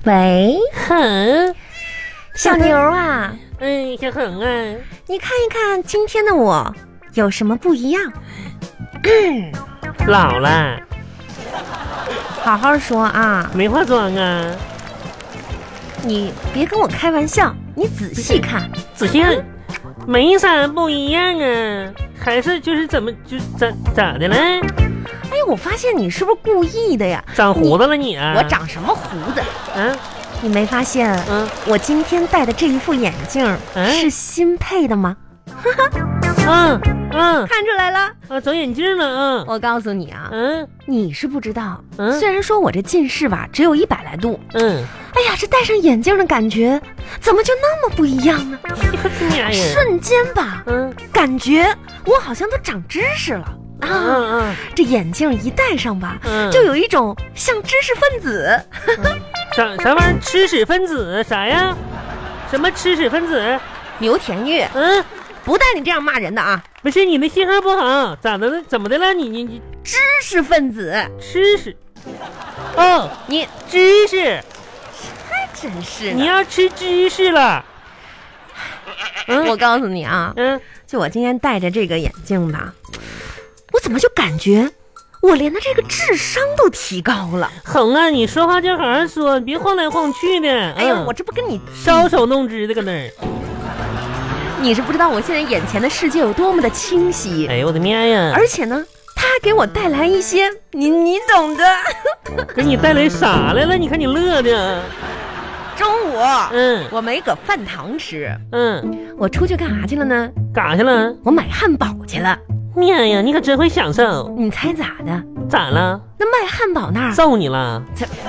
喂， 哼， 小牛啊， 小恒啊， 你看一看今天的我有什么不一样？ 老了， 好好说啊， 没化妆啊， 你别跟我开玩笑，你仔细看， 仔细看，没啥不一样啊，还是就是咋的了？ 哎，我发现你是不是故意的呀？ 长胡子了你啊？ 我长什么胡子？你没发现？我今天戴的这一副眼镜是新配的吗？看出来了啊，长眼镜了我告诉你啊，你是不知道，虽然说我这近视吧只有100来度，哎呀，这戴上眼镜的感觉怎么就那么不一样呢？瞬间吧，感觉我好像都长知识了。这眼镜一戴上吧，就有一种像知识分子。 啥玩意儿？吃屎分子啥呀？什么吃屎分子？ 刘田玉，不带你这样骂人的啊！ 不是你的信号不好，咋的了？怎么的了？你知识分子， 吃屎？你知识？ 还真是， 你要吃知识了。 我告诉你啊，就我今天戴着这个眼镜吧，我怎么就感觉我连的这个智商都提高了？ 恒啊，你说话就好好说，别晃来晃去的。 哎呀，我这不跟你搔首弄姿的搁那儿。 你是不知道我现在眼前的世界有多么的清晰。 哎呦我的妈呀！ 而且呢，它给我带来一些你懂的。 给你带来啥来了？你看你乐的。 中午，我没搁饭堂吃，我出去干啥去了呢？ 干啥去了？ 我买汉堡去了。 妈呀，你可真会享受！ 你猜咋的？ 咋了？ 那卖汉堡那儿揍你了？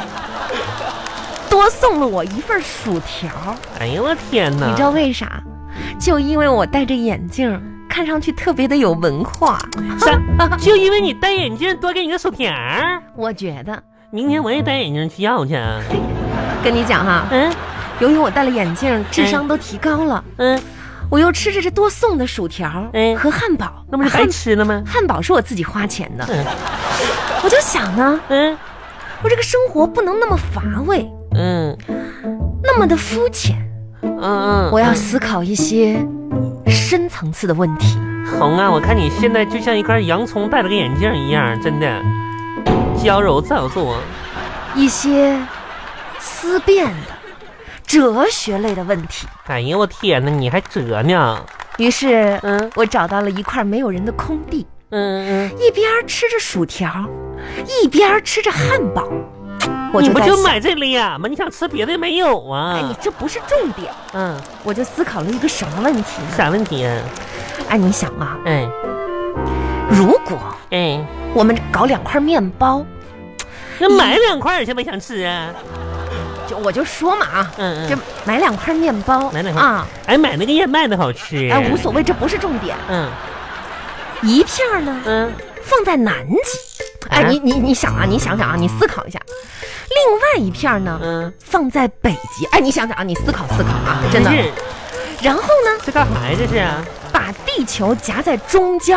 多送了我一份薯条。 哎呦我天哪！ 你知道为啥？就因为我戴着眼镜，看上去特别的有文化。 就因为你戴眼镜，多给你个薯条？ 我觉得明天我也戴眼镜去要去啊。 跟你讲哈，由于我戴了眼镜，智商都提高了。我又吃着这多送的薯条和汉堡， 那不是白吃了吗？ 汉堡是我自己花钱的。我就想呢，我这个生活不能那么乏味，那么的肤浅。我要思考一些深层次的问题。 红啊，我看你现在就像一块洋葱戴了个眼镜一样，真的娇柔造作。 一些思辨的哲学类的问题。 哎呀我天哪，你还哲呢？于是我找到了一块没有人的空地，一边吃着薯条，一边吃着汉堡。 你不就买这俩吗？你想吃别的没有啊？ 你这不是重点。我就思考了一个什么问题？ 啥问题啊？ 你想啊，如果我们搞2块面包， 那买2块去吧，想吃啊？ 我就说嘛就买2块面包， 买2块买那个燕麦的好吃。 无所谓，这不是重点。一片呢，放在南极。你想啊，你想想啊，你思考一下。另外一片呢，放在北极。你想想啊，你思考思考啊，真的。然后呢？ 这干啥呀？这是把地球夹在中间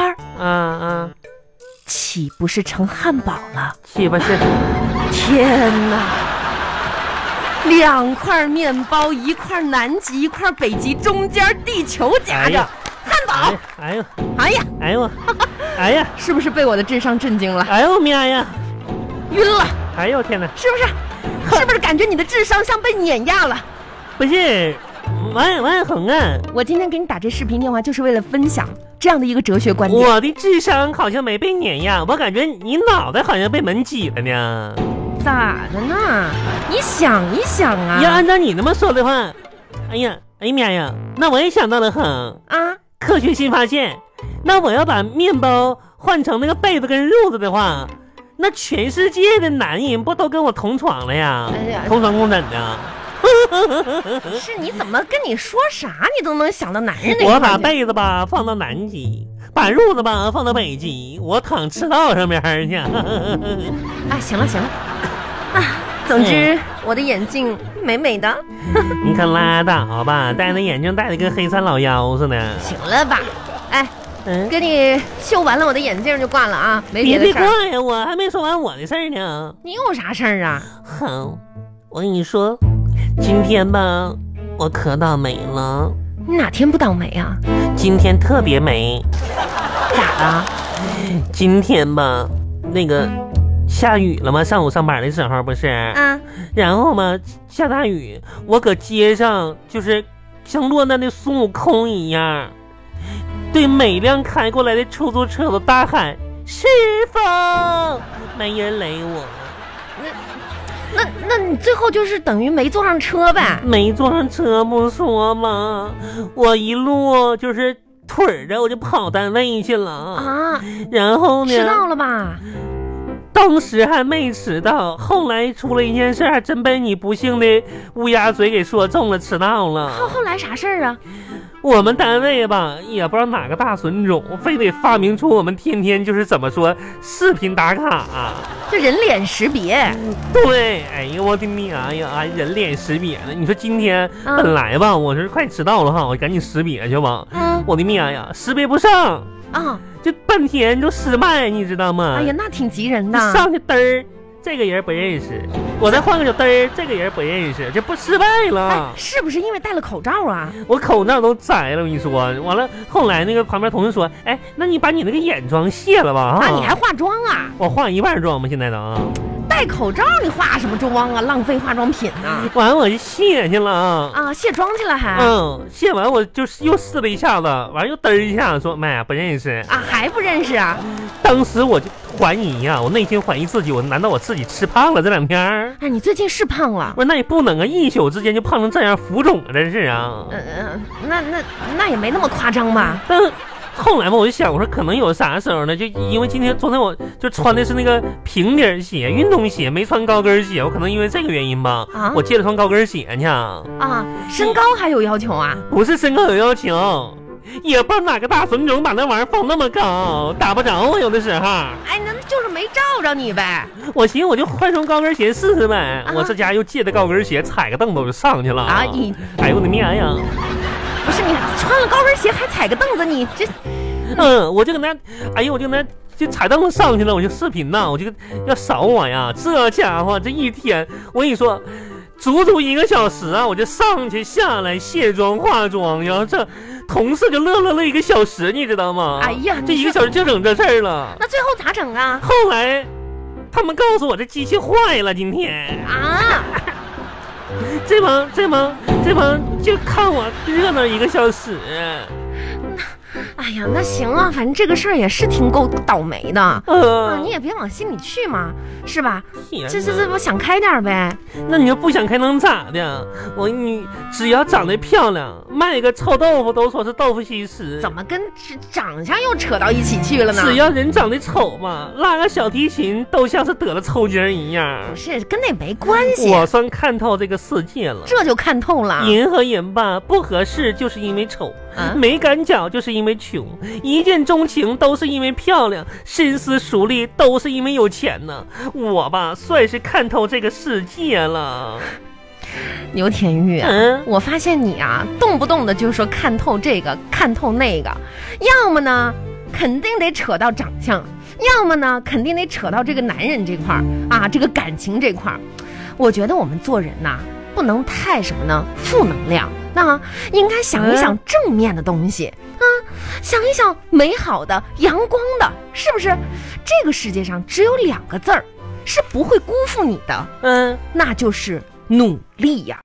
岂不是成汉堡了？ 岂不是？ 天哪！2块面包，1块南极，1块北极，中间地球夹着汉堡。哎呀，是不是被我的智商震惊了？ 哎呦妈呀， 晕了！ 哎呦天哪， 是不是感觉你的智商像被碾压了？ 不是，王恒啊， 我今天给你打这视频电话就是为了分享这样的一个哲学观点。 我的智商好像没被碾压，我感觉你脑袋好像被门挤了呢。 咋的呢？你想一想啊！ 要按照你那么说的话，哎呀妈呀，那我也想到了很科学新发现。那我要把面包换成那个被子跟褥子的话，那全世界的男人不都跟我同床了呀？同床共枕的。 是你怎么跟你说啥你都能想到男人那个？ 我把被子吧放到南极，把褥子吧放到北极，我躺赤道上面去。 行了总之我的眼镜美美的。 你可拉倒吧，戴那眼镜戴的跟黑山老妖似的。 行了吧，给你秀完了我的眼镜就挂了啊，没别的事儿。 别挂呀，我还没说完我的事儿呢。 你有啥事儿啊？ 好，我跟你说。 今天吧，我可倒霉了。 你哪天不倒霉啊？ 今天特别霉。 咋了？ 今天吧，那个下雨了吗？上午上班的时候不是？然后嘛，下大雨，我搁街上就是像落难的孙悟空一样，对每辆开过来的出租车都大喊：“师傅！”没人理我。 那你最后就是等于没坐上车呗？ 没坐上车不说嘛，我一路就是腿着我就跑单位去了啊。然后呢？ 迟到了吧？ 当时还没迟到，后来出了一件事，还真被你不幸的乌鸦嘴给说中了，迟到了。 后来啥事儿啊？ 我们单位吧，也不知道哪个大损种，非得发明出我们天天就是怎么说视频打卡， 这人脸识别。 对，哎呀我的妈呀，人脸识别呢。你说今天本来吧，我是快迟到了哈，我赶紧识别去吧。我的妈呀，识别不上啊，就半天就失败，你知道吗？ 哎呀，那挺急人的。 上去嘚儿，这个人不认识，我再换个就嘚儿，这个人不认识，这不失败了？ 是不是因为戴了口罩啊？ 我口罩都摘了，我跟你说。完了，后来那个旁边同事说：“哎，那你把你那个眼妆卸了吧？” 啊，你还化妆啊？ 我化一半妆吧，现在都啊。 戴口罩你化什么妆啊？浪费化妆品啊！ 完了我就卸去了啊， 卸妆去了还？ 卸完我就又试了一下子，完又嘚一下，说妈呀不认识啊，还不认识啊？ 当时我就怀疑呀，我内心怀疑自己，我难道我自己吃胖了这2天？ 哎，你最近是胖了？ 不是，那也不能啊，一宿之间就胖成这样，浮肿了这是啊。 那也没那么夸张吧？ 但后来嘛，我就想，我说可能有啥时候呢？就因为昨天我就穿的是那个平底鞋、运动鞋，没穿高跟鞋，我可能因为这个原因吧，我借了双高跟鞋去啊。 身高还有要求啊？ 不是身高有要求，也不知道哪个大损种把那玩意儿放那么高，打不着我有的时候。 哎，那就是没照着你呗。 我寻思我就换双高跟鞋试试呗。我这家又借的高跟鞋，踩个凳子我就上去了啊！哎呦我的妈呀！ 不是你穿了高跟鞋还踩个凳子，你这， 我就跟他，哎呦，我就跟他就踩凳子上去了，我就视频呐，我就要扫我呀，这家伙这一天，我跟你说，足足1个小时啊，我就上去下来卸妆化妆，然后这同事就乐了1个小时，你知道吗？ 哎呀， 这1个小时就整这事儿了。 那最后咋整啊？ 后来他们告诉我这机器坏了，今天啊。这帮就看我热闹1个小时。 哎呀，那行啊，反正这个事儿也是挺够倒霉的。你也别往心里去嘛，是吧？这我想开点呗。 那你要不想开能咋的？你只要长得漂亮，卖个臭豆腐都说是豆腐西施。 怎么跟长相又扯到一起去了呢？ 只要人长得丑嘛，拉个小提琴都像是得了抽筋一样。 不是，跟那没关系。 我算看透这个世界了。 这就看透了。 人和人吧，不合适就是因为丑，没赶脚就是因为穷，一见钟情都是因为漂亮，深思熟虑都是因为有钱呢。我吧，算是看透这个世界了。 牛田玉啊，我发现你啊，动不动的就说看透这个，看透那个，要么呢，肯定得扯到长相，要么呢，肯定得扯到这个男人这块儿啊，这个感情这块儿。我觉得我们做人呐，不能太什么呢，负能量。那应该想一想正面的东西啊，想一想美好的、阳光的，是不是？这个世界上只有2个字儿是不会辜负你的，那就是努力呀。